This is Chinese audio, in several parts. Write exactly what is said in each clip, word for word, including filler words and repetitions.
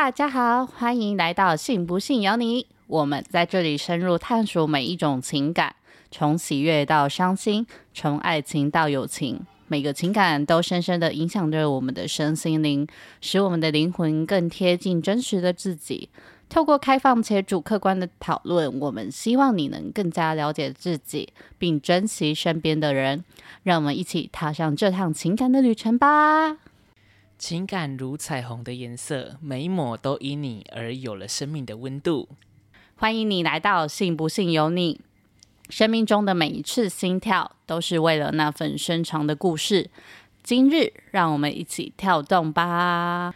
大家好，欢迎来到信不信由你。我们在这里深入探索每一种情感，从喜悦到伤心，从爱情到友情，每个情感都深深地影响着我们的身心灵，使我们的灵魂更贴近真实的自己。透过开放且主客观的讨论，我们希望你能更加了解自己，并珍惜身边的人。让我们一起踏上这趟情感的旅程吧。 情感如彩虹的颜色，每一抹都因你而有了生命的温度。 欢迎你来到信不信由你。生命中的每一次心跳，都是为了那份深长的故事。今日，让我们一起跳动吧。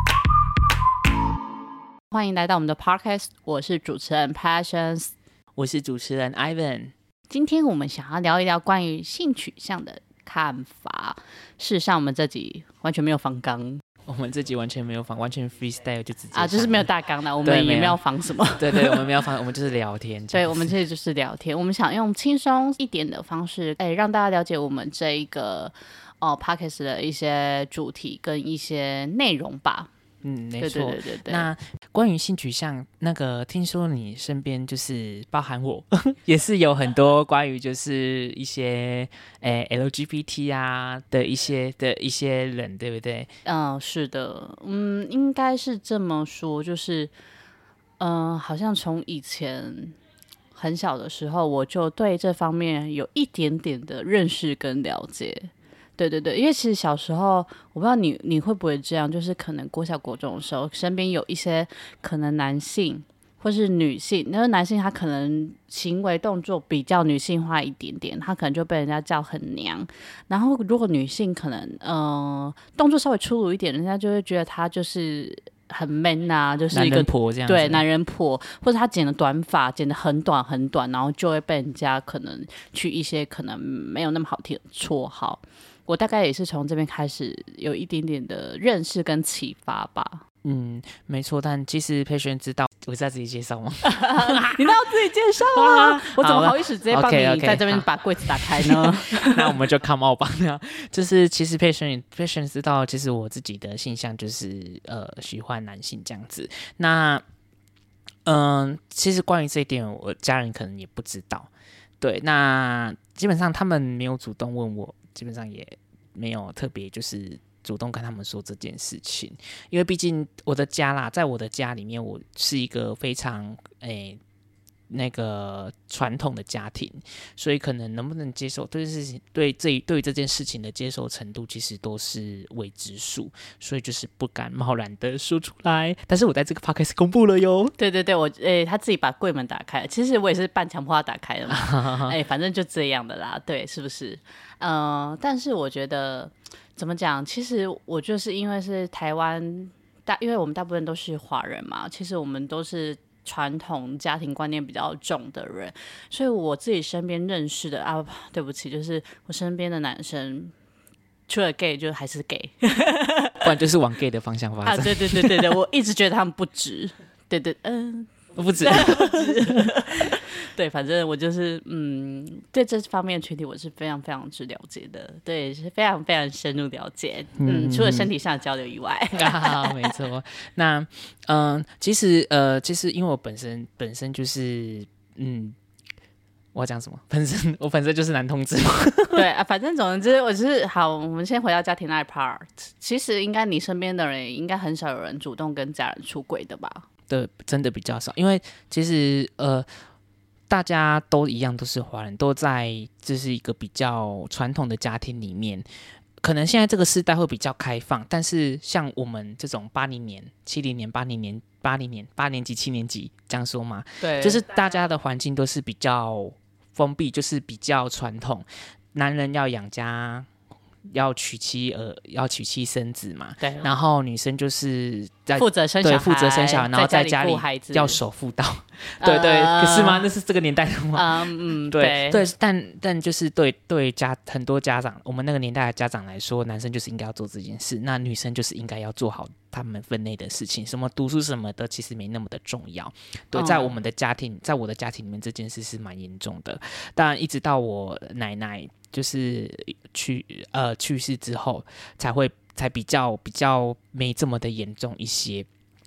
欢迎来到我们的 podcast， 我是主持人 Passions， 我是主持人 Ivan。 今天我们想要聊一聊关于性取向的看法。事实上，我们这集完全没有访纲， 我们这集完全没有访，完全 freestyle 就直接啊，就是没有大纲的，我们也没有访什么。 对对，我们没有访，我们就是聊天。 对，我们其实就是聊天。我们想用轻松一点的方式，哎，让大家了解我们这一个哦 podcast 的一些主题跟一些内容吧。 嗯，没错。 对对对对对。 那关于性取向，那个听说你身边就是包含我，也是有很多关于就是一些诶 L G B T 啊的一些的一些人，对不对？ 嗯，是的，嗯，应该是这么说，就是嗯、呃，好像从以前很小的时候，我就对这方面有一点点的认识跟了解。对对对，因为其实小时候，我不知道你你会不会这样，就是可能国小国中的时候，身边有一些可能男性或是女性，那个男性他可能行为动作比较女性化一点点，他可能就被人家叫很娘。然后如果女性可能呃动作稍微粗鲁一点，人家就会觉得他就是很 man 啊，就是一个男人婆这样子。 对，男人婆，或者他剪的短发剪得很短很短，然后就会被人家可能取一些可能没有那么好听的绰号。我大概也是从这边开始有一点点的认识跟启发吧。 嗯，没错，但其实培轩知道我在自己介绍吗？ 你那要自己介绍啊！我怎么好意思直接帮你在这边把柜子打开呢？ okay, okay, 那我们就 come out 吧。就是其实培轩培轩知道，其实我自己的性向就是呃喜欢男性这样子。那嗯、呃，其实关于这一点，我家人可能也不知道。对，那基本上他们没有主动问我。基本上也没有特别就是主动跟他们说这件事情，因为毕竟我的家啦，在我的家里面，我是一个非常诶那个传统的家庭，所以可能能不能接受对事情对这对于这件事情的接受程度，其实都是未知数，所以就是不敢贸然的说出来。但是我在这个 podcast 公布了哟。 对对对，我诶、欸、他自己把柜门打开，其实我也是半强迫他打开的嘛。哎、欸，反正就这样的啦，对，是不是？呃，但是我觉得怎么讲？其实我就是因为是台湾大，因为我们大部分都是华人嘛，其实我们都是传统家庭观念比较重的人，所以我自己身边认识的啊，对不起，就是我身边的男生，除了 gay 就还是 gay， 不然就是往 gay 的方向发展。 啊，对对对对对，我一直觉得他们不直，对对，嗯、 呃，不止， 不止。对，反正我就是嗯，对这方面的群体我是非常非常之了解的，对，是非常非常深入了解。嗯，嗯除了身体上的交流以外， 啊，没错。那嗯、呃，其实呃，其实因为我本身本身就是嗯，我要讲什么？本身我本身就是男同志嘛。 对啊，反正总之我就是好。我们先回到家庭那一 part， 其实应该你身边的人应该很少有人主动跟家人出轨的吧？ 对，真的比较少，因为其实呃。大家都一样，都是华人，都在这是一个比较传统的家庭里面。可能现在这个时代会比较开放，但是像我们这种八零年、七零年、八零年、八零年、八年级、七年级这样说嘛， 对， 就是大家的环境都是比较封闭，就是比较传统，男人要养家。要娶妻呃，要娶妻生子嘛， 对， 然后女生就是在负责生小孩， 对，负责生小孩，然后在家里要守妇道，对对，可是吗？那是这个年代的吗？ 嗯嗯， 对对，但但就是对对家很多家长，我们那个年代的家长来说，男生就是应该要做这件事，那女生就是应该要做好他们分内的事情，什么读书什么的，其实没那么的重要。对，在我们的家庭，在我的家庭里面，这件事是蛮严重的。当然，一直到我奶奶。就是去呃去世之后，才会才比较比较没这么的严重一些。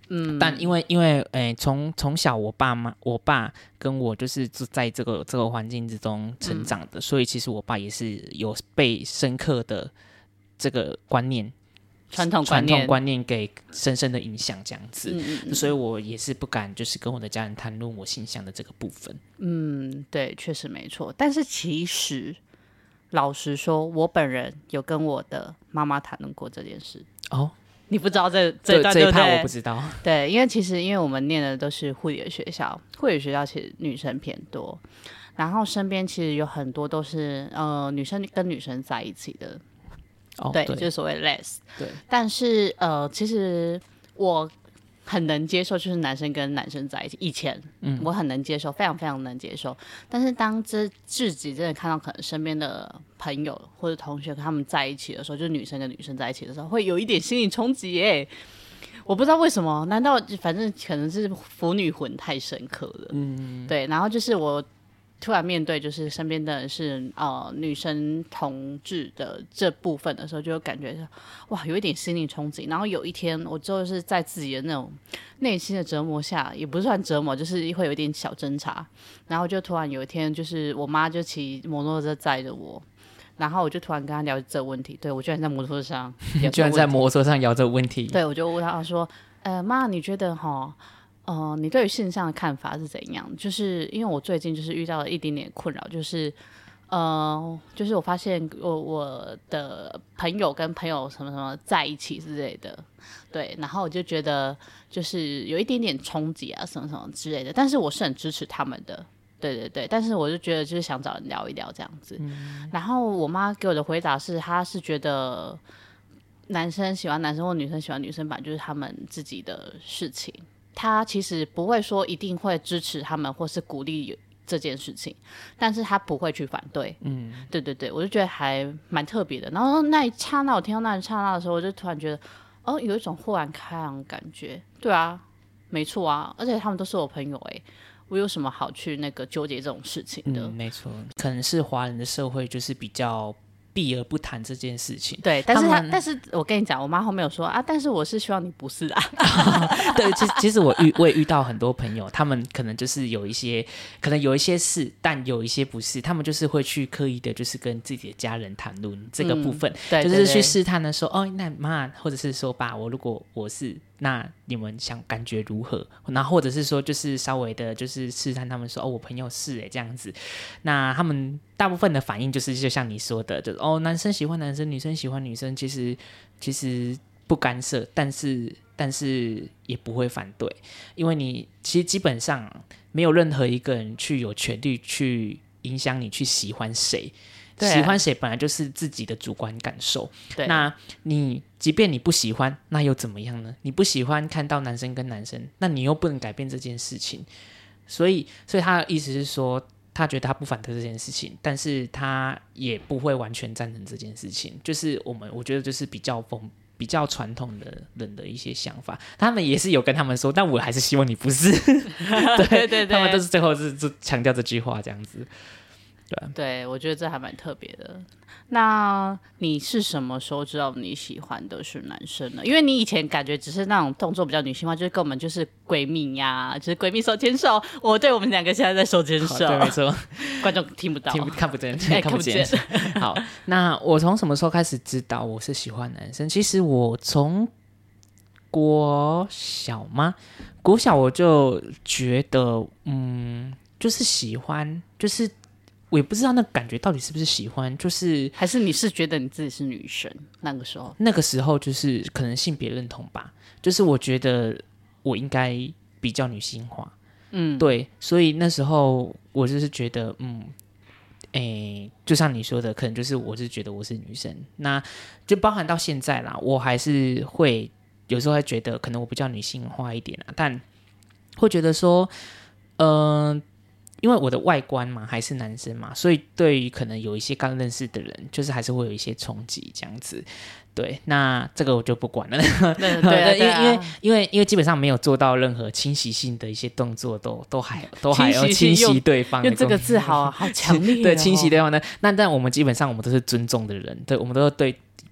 嗯，但因为因为诶，从从小我爸妈我爸跟我就是在这个这个环境之中成长的，嗯、所以其实我爸也是有被深刻的这个观念。 传统观念传统观念给深深的影响，这样子，嗯嗯，所以我也是不敢就是跟我的家人谈论我性向的这个部分。 嗯，对，确实没错。但是其实老实说，我本人有跟我的妈妈谈论过这件事。 哦， 你不知道这这段这一趴对我不知道。 对，因为其实因为我们念的都是护理的学校，护理学校其实女生偏多，然后身边其实有很多都是呃女生跟女生在一起的。 哦、 对, 对， 就是所谓 less。 对， 但是呃，其实我很能接受，就是男生跟男生在一起。以前，嗯，我很能接受，非常非常能接受。但是当这自己真的看到可能身边的朋友或者同学跟他们在一起的时候，就是女生跟女生在一起的时候，会有一点心理冲击耶。我不知道为什么，难道反正可能是腐女魂太深刻了？嗯，对。然后就是我。突然面对就是身边的人是呃女生同志的这部分的时候，就感觉哇有一点心理冲击。然后有一天我就是在自己的那种内心的折磨下，也不算折磨，就是会有一点小挣扎。然后就突然有一天，就是我妈就骑摩托车载着我，然后我就突然跟她聊这个问题。对，我居然在摩托车上， 居然在摩托车上聊这个问题。 对，我就问她说：“呃，妈，你觉得哈？”呃，你对于性向的看法是怎样？就是因为我最近就是遇到了一点点困扰，就是呃，就是我发现我我的朋友跟朋友什么什么在一起之类的，对，然后我就觉得就是有一点点冲击啊，什么什么之类的，但是我是很支持他们的，对对对，但是我就觉得就是想找人聊一聊这样子。嗯、然后我妈给我的回答是，她是觉得男生喜欢男生或女生喜欢女生版就是他们自己的事情。他其实不会说一定会支持他们或是鼓励这件事情，但是他不会去反对。嗯，对对对，我就觉得还蛮特别的。然后那一刹那，我听到那一刹那的时候，我就突然觉得，哦，有一种豁然开朗的感觉。对啊，没错啊，而且他们都是我朋友哎、欸，我有什么好去那个纠结这种事情的？ 嗯，没错，可能是华人的社会就是比较。避而不谈这件事情， 对，但是他，他但是我跟你讲，我妈后面有说啊，但是我是希望你不是啊。 对，其实其实我遇我也遇到很多朋友，他们可能就是有一些，可能有一些是，但有一些不是，他们就是会去刻意的，就是跟自己的家人谈论这个部分，嗯、对对对，就是去试探的说，哦，那妈，或者是说爸，我如果我是。那你们想感觉如何？然后或者是说，就是稍微的，就是试探他们说，哦，我朋友是哎这样子。那他们大部分的反应就是，就像你说的，就是哦，男生喜欢男生，女生喜欢女生，其实其实不干涉，但是但是也不会反对，因为你其实基本上没有任何一个人去有权利去影响你去喜欢谁。啊、喜欢谁本来就是自己的主观感受，那你即便你不喜欢，那又怎么样呢？你不喜欢看到男生跟男生，那你又不能改变这件事情。所以，所以他的意思是说，他觉得他不反对这件事情，但是他也不会完全赞成这件事情。就是我们，我觉得就是比较疯。比较传统的人的一些想法，他们也是有跟他们说，但我还是希望你不是。对对对对， 他们都是最后是强调这句话这样子。对, 对，我觉得这还蛮特别的。那你是什么时候知道你喜欢的是男生呢？因为你以前感觉只是那种动作比较女性化，就是跟我们就是闺蜜呀，就是闺蜜手牵手。我对我们两个现在在手牵手， 对，没错， 观众听不到， 听不看不见， 欸、 看不见。好，那我从什么时候开始知道我是喜欢男生？其实我从国小吗？国小我就觉得，嗯，就是喜欢，就是。我也不知道那感觉到底是不是喜欢，就是还是你是觉得你自己是女生那个时候？ 那个时候就是可能性别认同吧，就是我觉得我应该比较女性化，嗯，对，所以那时候我就是觉得，嗯，诶，就像你说的，可能就是我是觉得我是女生，那就包含到现在啦，我还是会有时候会觉得，可能我比较女性化一点啊，但会觉得说，嗯、呃。因为我的外观嘛还是男生嘛，所以对于可能有一些刚认识的人，就是还是会有一些冲击这样子。对，那这个我就不管了。 对对、啊、 因为因为因为因为基本上没有做到任何侵袭性的一些动作，都都还都还要侵袭对方的。 用这个字好好强烈、哦。 对，侵袭对方的。那但我们基本上我们都是尊重的人，对，我们都对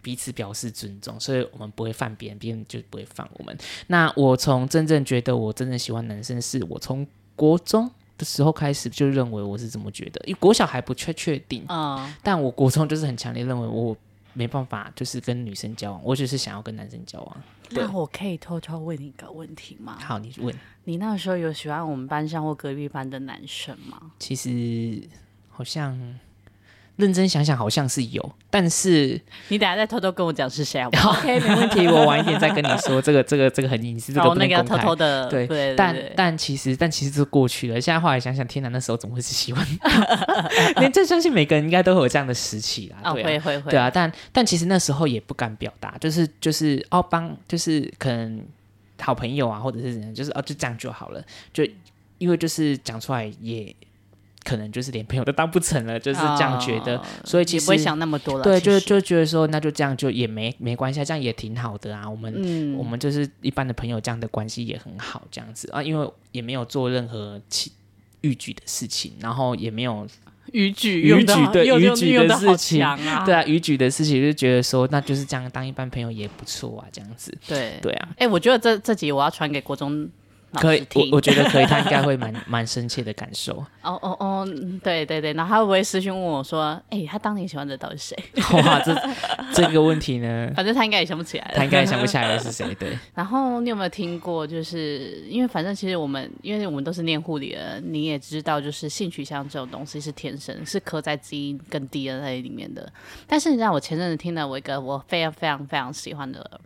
彼此表示尊重，所以我们不会犯别人，别人就不会犯我们。那我从真正觉得我真正喜欢男生，是我从国中的时候开始就认为我是这么觉得，因为国小还不确确定，嗯，但我国中就是很强烈认为我没办法就是跟女生交往，我只是想要跟男生交往。 那我可以偷偷问你一个问题吗？ 好，你问。 你那个时候有喜欢我们班上或隔壁班的男生吗？ 其实好像认真想想好像是有，但是你等一下再偷偷跟我讲是谁好不好？ OK 没问题，我晚一点再跟你说。这个这个这个很隐私，这个不能公开。哦，那个要偷偷的，对对对。但但其实但其实这过去了。现在后来想想，天哪，那时候怎么会是喜欢？连这相信每个人应该都会有这样的时期啦。对啊， 哦，会会会。 对啊，但但其实那时候也不敢表达，就是就是哦帮，就是可能好朋友啊，或者是怎样，就是哦就这样就好了，就因为就是讲出来也。可能就是连朋友都当不成了，就是这样觉得，哦，所以其实也不会想那么多了。 对，就就觉得说，那就这样就也没没关系，这样也挺好的啊。我们、嗯、我们就是一般的朋友，这样的关系也很好，这样子啊，因为也没有做任何逾矩的事情，然后也没有逾矩逾矩对逾矩的事情啊， 对啊，逾矩的事情就觉得说，那就是这样当一般朋友也不错啊，这样子。 对对啊， 哎、欸，我觉得这这集我要传给国中。 可以，我我觉得可以，他应该会蛮蛮深切的感受。 哦哦哦，对对对，然后他会不会私讯问我说：“哎、欸，他当年喜欢的到底是谁？” 哇，这这个问题呢， 反正他应该也想不起来了， 他应该也想不起来是谁。对。 然后你有没有听过？就是因为反正其实我们，因为我们都是念护理的，你也知道，就是性取向这种东西是天生，是刻在基因跟 D N A 里面的。但是你知道，我前阵子听了我一个我非常非常非常喜欢的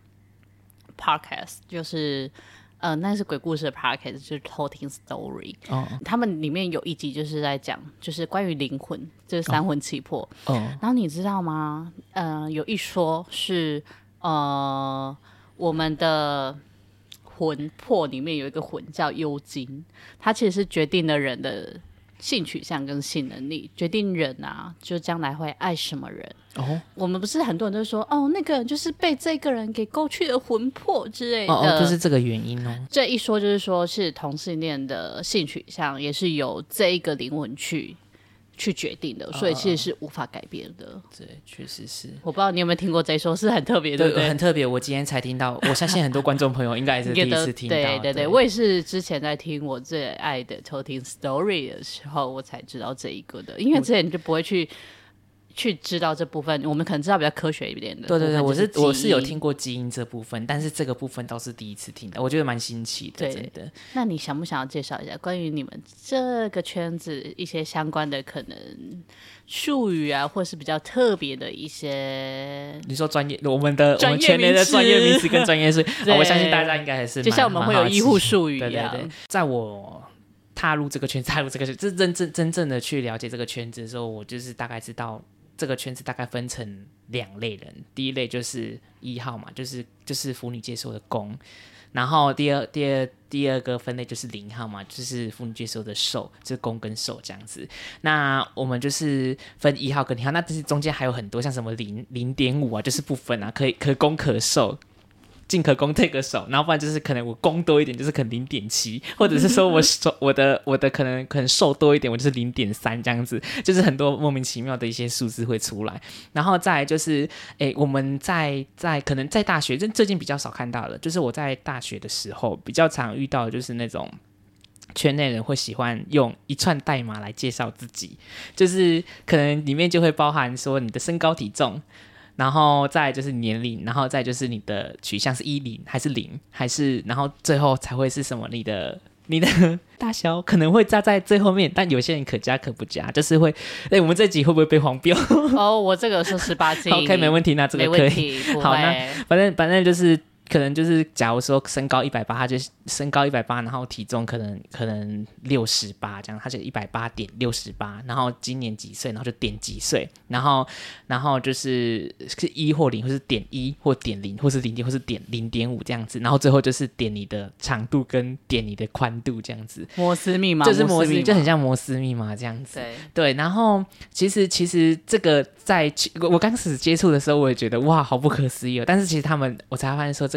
podcast， 就是。呃，那是鬼故事的 podcast， 就是偷听 story。哦，他们里面有一集就是在讲，就是关于灵魂，就是三魂七魄。哦，然后你知道吗？呃，有一说是，呃，我们的魂魄里面有一个魂叫幽精，它其实是决定了人的性取向跟性能力，决定人啊，就将来会爱什么人。哦，我们不是很多人都说，哦，那个人就是被这个人给勾去了魂魄之类的， 哦哦，就是这个原因哦。 这一说就是说是同性恋的性取向也是由这一个灵魂去去决定的，所以其实是无法改变的。 对，确实是。 我不知道你有没有听过这一说，是很特别，对不对？ 很特别，我今天才听到，我相信很多观众朋友应该也是第一次听到。 对对 对, 对，我也是之前在听我最爱的偷听 story 的时候，我才知道这一个的，因为之前就不会去。去知道这部分，我们可能知道比较科学一点的。 对对对，我是我是有听过基因这部分，但是这个部分倒是第一次听到，我觉得蛮新奇的。 对真的。 那你想不想要介绍一下关于你们这个圈子一些相关的可能术语啊，或是比较特别的一些？ 你说专业，我们的我们圈内的专业名词跟专业术语、哦，我相信大家应该还是就像我们会有医护术语一样。 对对对，在我踏入这个圈子，踏入这个圈子，真正真正的去了解这个圈子的时候，我就是大概知道。这个圈子大概分成两类人，第一类就是一号嘛，就是就是腐女接受的攻，然后第二第二第二个分类就是零号嘛，就是腐女接受的受，就是攻跟受这样子。那我们就是分一号跟零号，那这是中间还有很多像什么零零点五啊，就是不分啊，可以可攻可受。进可攻退可守，然后不然就是可能我攻多一点，就是可能零点七，或者是说我手我的我的可能可能受多一点，我就是零点三这样子，就是很多莫名其妙的一些数字会出来。然后再来就是，哎，我们在在可能在大学，最近比较少看到了，就是我在大学的时候比较常遇到的就是那种。圈内人会喜欢用一串代码来介绍自己，就是可能里面就会包含说你的身高体重。然后再来就是年龄，然后再就是你的取向是一零还是零，还是然后最后才会是什么你的你的大小可能会加在最后面，但有些人可加可不加，就是会哎，我们这集会不会被黄标？ 哦，我这个是十八禁 ，OK 没问题，那这个可以，好，那反正反正就是。可能就是假如说身高一百八，他就身高一百八，然后体重可能可能六十八这样，他就一百八点六十八，然后今年几岁，然后就点几岁，然后然后就是是一或零，或是点一或点零，或是零点或是点零点五这样子，然后最后就是点你的长度跟点你的宽度这样子。 摩斯密码就是摩斯，就很像摩斯密码这样子。对对，然后其实其实这个在我刚开始接触的时候，我也觉得哇好不可思议哦，但是其实他们我才发现说这个。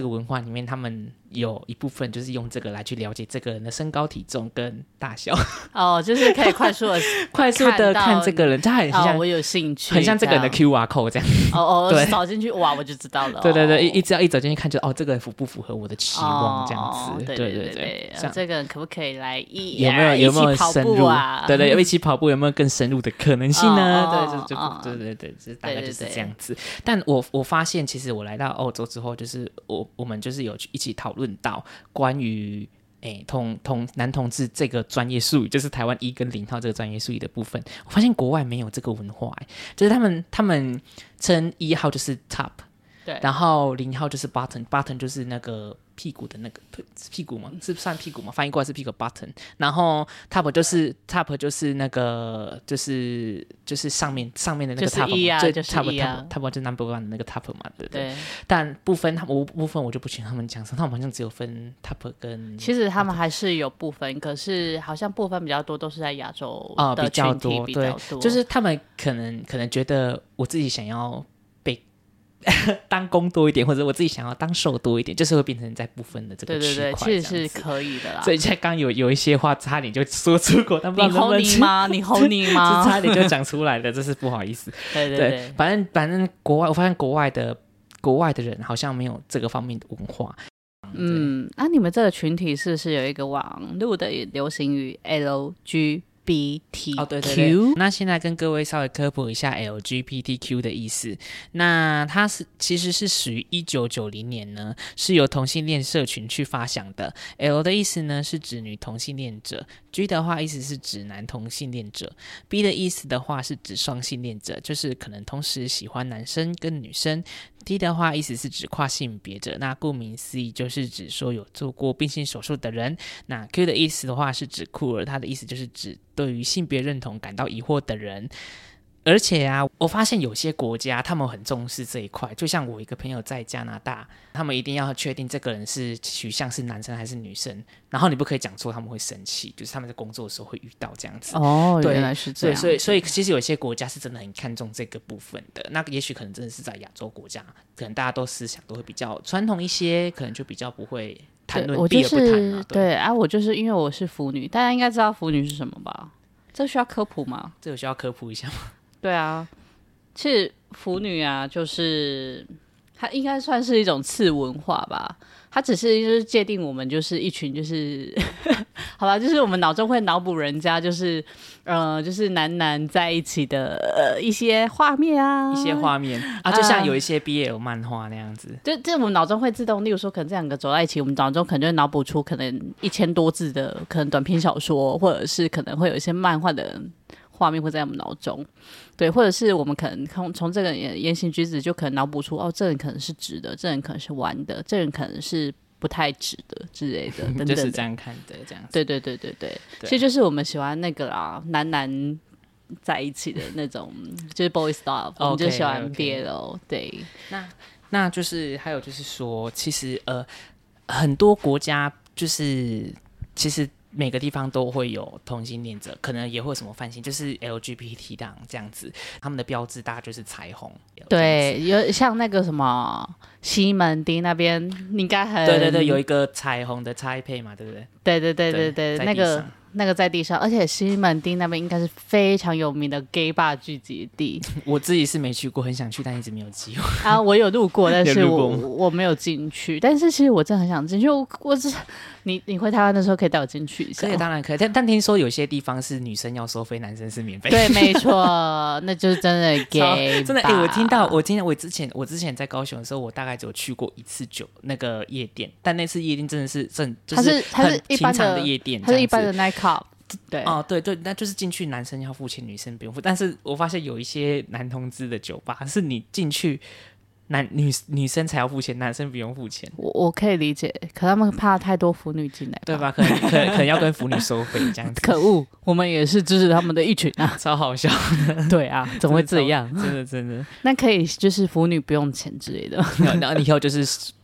个文化里面，他们有一部分就是用这个来去了解这个人的身高体重跟大小。 哦，就是可以快速的快速的看这个人，他很像、 哦、我有兴趣， 很像这个人的 Q R code 这样。 哦哦， 对， 扫进去哇，我就知道了。 对对对，一只要一走进去看就哦，这个符不符合我的期望这样子。 哦、对对对对对，呃、这个人可不可以来一有没有有没有深入啊？ 对对，一起跑步有没有更深入的可能性呢？ 哦、 对，就就、 哦、 对对对，就大概就是这样子。对对对，但我我发现，其实我来到欧洲之后，就是我我们就是有一起讨论到关于。诶，同同男同志这个专业术语，就是台湾一跟零号这个专业术语的部分，我发现国外没有这个文化，就是他们他们称一号就是 top， 对， 然后零号就是 bottom， bottom 就是那个屁股的那个屁股吗？是算屁股吗？翻译过来是屁股 bottom， 然后 top 就是 top 就是那个就是就是上面上面的那个 top 嘛， 就是一啊， 就就是 top 一啊 top top 就是 number one 的那个 top 嘛，对不对？ 对。 但不分他们部分我就不请他们讲，他们好像只有分 top 跟， 其实他们还是有部分，可是好像部分比较多都是在亚洲的群体比较多， 呃、对，就是他们可能可能觉得我自己想要。当攻多一点，或者我自己想要当受多一点，就是会变成在部分的这个区块， 对对对，其实是可以的啦。 所以刚刚有有一些话差点就说出口，但不知道能不能你 hold 你吗？你 hold 你吗？ 差点就讲出来了，这是不好意思。 对对 对, 对，反正反正国外，我发现国外的国外的人好像没有这个方面的文化。 嗯，那、啊、你们这个群体是不是有一个网络的流行语 L G B T Q？ 哦，对对对。那现在跟各位稍微科普一下 L G B T Q 的意思。那它是其实是属于一九九零年呢，是由同性恋社群去发想的。L 的意思呢是指女同性恋者 ，G 的话意思是指男同性恋者 ，B 的意思的话是指双性恋者，就是可能同时喜欢男生跟女生。T 的话意思是指跨性别者，那顾名思义就是指说有做过变性手术的人。那 Q 的意思的话是指酷儿，它的意思就是指对于性别认同感到疑惑的人。而且啊，我发现有些国家他们很重视这一块，就像我一个朋友在加拿大，他们一定要确定这个人是取向是男生还是女生，然后你不可以讲错，他们会生气，就是他们在工作的时候会遇到这样子。 哦，原来是这样。 所以所以其实有些国家是真的很看重这个部分的。那也许可能真的是在亚洲国家，可能大家都思想都会比较传统一些，可能就比较不会谈论避而不谈、啊、 对, 对啊，我就是因为我是腐女，大家应该知道腐女是什么吧？这需要科普吗？ 这有需要科普一下吗？ 对啊，其实腐女啊，就是它应该算是一种次文化吧。它只是就是界定我们就是一群就是好吧，就是我们脑中会脑补人家就是呃就是男男在一起的呃一些画面啊， 一些画面啊，就像有一些 B L 漫画那样子。呃、 就就我们脑中会自动，例如说可能这两个走在一起，我们脑中可能就会脑补出可能一千多字的可能短篇小说，或者是可能会有一些漫画的画面会在我们脑中，对，或者是我们可能从从这个言行举止就可能脑补出，哦，这人可能是直的，这人可能是弯的，这人可能是不太直的之类的，等等的， 就是这样看的，这样子。 对对对对 对, 对，其实就是我们喜欢那个啦，男男在一起的那种，就是 boy stuff， 我们就喜欢 B L， 对。 那那就是还有就是说，其实呃，很多国家就是其实。每个地方都会有同性恋者，可能也会有什么泛性，就是 L G B T 党这样子，他们的标志大概就是彩虹。 对，有像那个什么西门町那边，你应该很对对对，有一个彩虹的拆配嘛，对不对？ 对对对对 对, 对，那个那个在地上，而且西门町那边应该是非常有名的 gay bar 聚集地。我自己是没去过，很想去，但一直没有机会啊。我有路过，但是我我没有进去。但是其实我真的很想进去，我我是你你回台湾的时候可以带我进去一下。 可以，当然可以。但但听说有些地方是女生要收费，男生是免费。 对，没错，那就是真的 gay。 真的，哎、欸，我听到，我听到，我之前我之前在高雄的时候，我大概只有去过一次酒那个夜店，但那次夜店真的是正就是很平常的夜店， 它是一般的 night club。对哦，对对，那就是进去男生要付钱，女生不用付。但是我发现有一些男同志的酒吧，是你进去男女女生才要付钱，男生不用付钱。 我我可以理解，可他们怕太多腐女进来， 对吧？可能可能可能要跟腐女收费这样子。 可恶，我们也是支持他们的一群啊， 超好笑的。 对啊，怎么会这样？ 真的真的。 那可以就是腐女不用钱之类的。 然后以后就是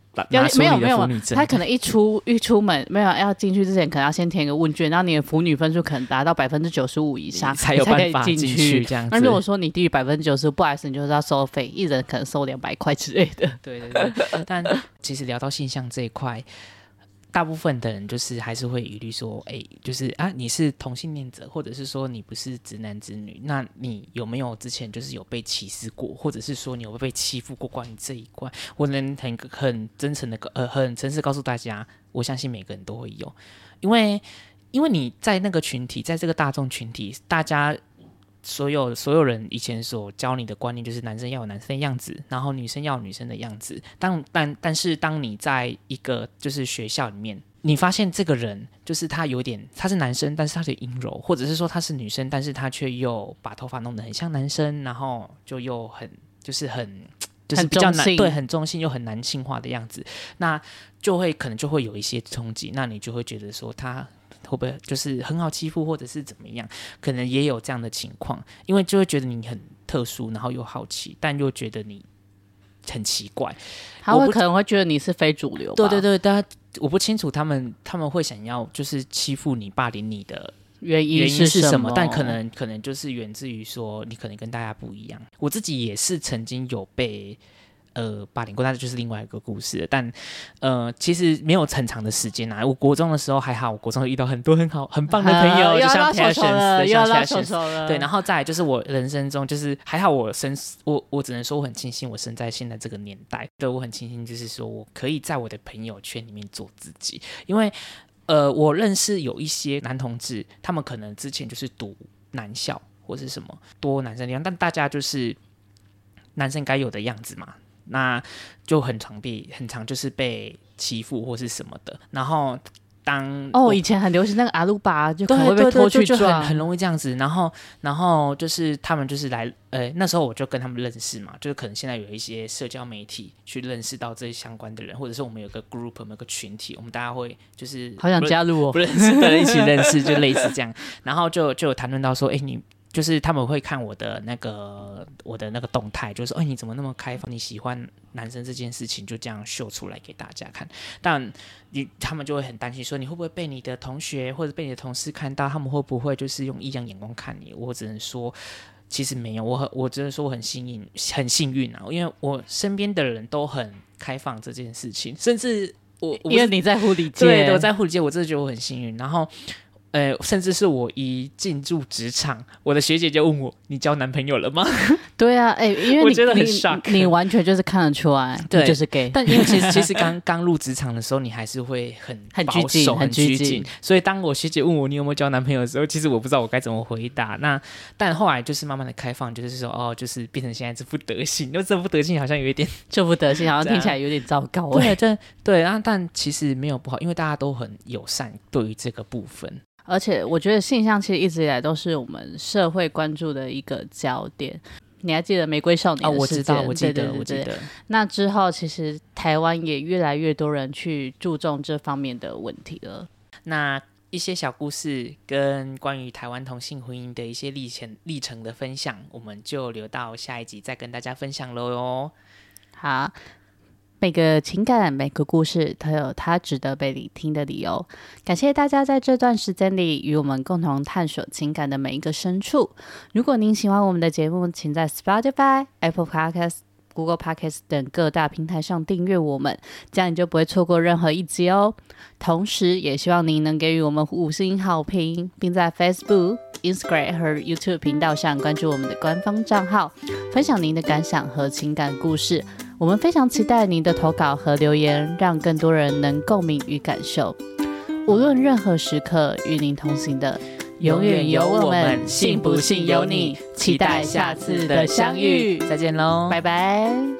拿出你的腐女证。 他可能一出一出门没有要进去之前，可能要先填一个问卷，然后你的腐女分数可能达到百分之九十五以上， 才有办法进去这样子。 那如果说你低于百分之九十，不好意思，你就是要收费，一人可能收两百块之类的。 对对对，但其实聊到性向这一块。大部分的人就是还是会疑虑说，哎、欸，就是啊，你是同性恋者，或者是说你不是直男直女，那你有没有之前就是有被歧视过，或者是说你有被欺负过？关于这一块，我能很很真诚的呃很诚实告诉大家，我相信每个人都会有，因为因为你在那个群体，在这个大众群体，大家。所有所有人以前所教你的观念就是男生要有男生的样子，然后女生要有女生的样子。当但但是当你在一个就是学校里面，你发现这个人就是他有点他是男生，但是他有点阴柔，或者是说他是女生，但是他却又把头发弄得很像男生，然后就又很就是很就是比较男对很中性又很男性化的样子，那就会可能就会有一些冲击，那你就会觉得说他。会不会就是很好欺负，或者是怎么样？可能也有这样的情况，因为就会觉得你很特殊，然后又好奇，但又觉得你很奇怪。 他会可能会觉得你是非主流吧。 对对对，但我不清楚他们他们会想要就是欺负你、霸凌你的原因是什么？ 但可能可能就是源自于说你可能跟大家不一样。我自己也是曾经有被。呃，霸凌过，那就是另外一个故事了。但呃，其实没有很长的时间啊。我国中的时候还好，我国中遇到很多很好、很棒的朋友， 呃、 就像 Patience， 又要拉手手了。 对，然后再来就是我人生中，就是还好我生，我我只能说我很庆幸我生在现在这个年代。对，我很庆幸，就是说我可以在我的朋友圈里面做自己，因为呃，我认识有一些男同志，他们可能之前就是读男校或是什么多男生的样，但大家就是男生该有的样子嘛。那就很常被很常就是被欺负或是什么的，然后当哦以前很流行那个阿鲁巴，就可能会被拖去撞， 很很容易这样子。然后然后就是他们就是来呃那时候我就跟他们认识嘛，就是可能现在有一些社交媒体去认识到这些相关的人，或者是我们有个 group 我们有个群体，我们大家会就是好想加入哦， 不认识的人一起认识，就类似这样。然后就就有谈论到说，哎你。就是他们会看我的那个我的那个动态，就是说，哎，你怎么那么开放？你喜欢男生这件事情就这样秀出来给大家看，但你他们就会很担心，说你会不会被你的同学或者被你的同事看到？他们会不会就是用异样眼光看你？我只能说，其实没有，我很我只能说我很幸运，很幸运啊，因为我身边的人都很开放这件事情，甚至我因为你在护理界， 对，我在护理界，我真的觉得我很幸运，然后。呃，甚至是我一进入职场，我的学姐就问我：“你交男朋友了吗？” 对啊，哎、欸，因为你我觉得很 shock， 你, 你完全就是看得出来， 对， 你就是 gay。 但因为其实其实刚刚入职场的时候，你还是会很很拘谨， 很拘谨。所以当我学姐问我你有没有交男朋友的时候，其实我不知道我该怎么回答。那但后来就是慢慢的开放，就是说哦，就是变成现在这副德性，因为这副德性好像有一点这副德性好像听起来有点糟糕、欸。 对，对对啊，但其实没有不好，因为大家都很友善对于这个部分。 而且我觉得性向其实一直以来都是我们社会关注的一个焦点。你还记得玫瑰少年的事件？ 哦，我知道，我记得， 对对对对， 我记得。 那之后，其实台湾也越来越多人去注重这方面的问题了。 那一些小故事跟关于台湾同性婚姻的一些历程历程的分享，我们就留到下一集再跟大家分享喽哟。 好。每个情感每个故事都有它值得被聆听的理由，感谢大家在这段时间里与我们共同探索情感的每一个深处。如果您喜欢我们的节目，请在 Spotify、Apple Podcast、Google Podcast 等各大平台上订阅我们，这样你就不会错过任何一集哦。同时也希望您能给予我们五星好评，并在 Facebook、Instagram 和 YouTube 频道上关注我们的官方账号，分享您的感想和情感故事。我们非常期待您的投稿和留言，让更多人能共鸣与感受。无论任何时刻，与您同行的永远有我们，信不信由你。期待下次的相遇， 再见喽， 拜拜。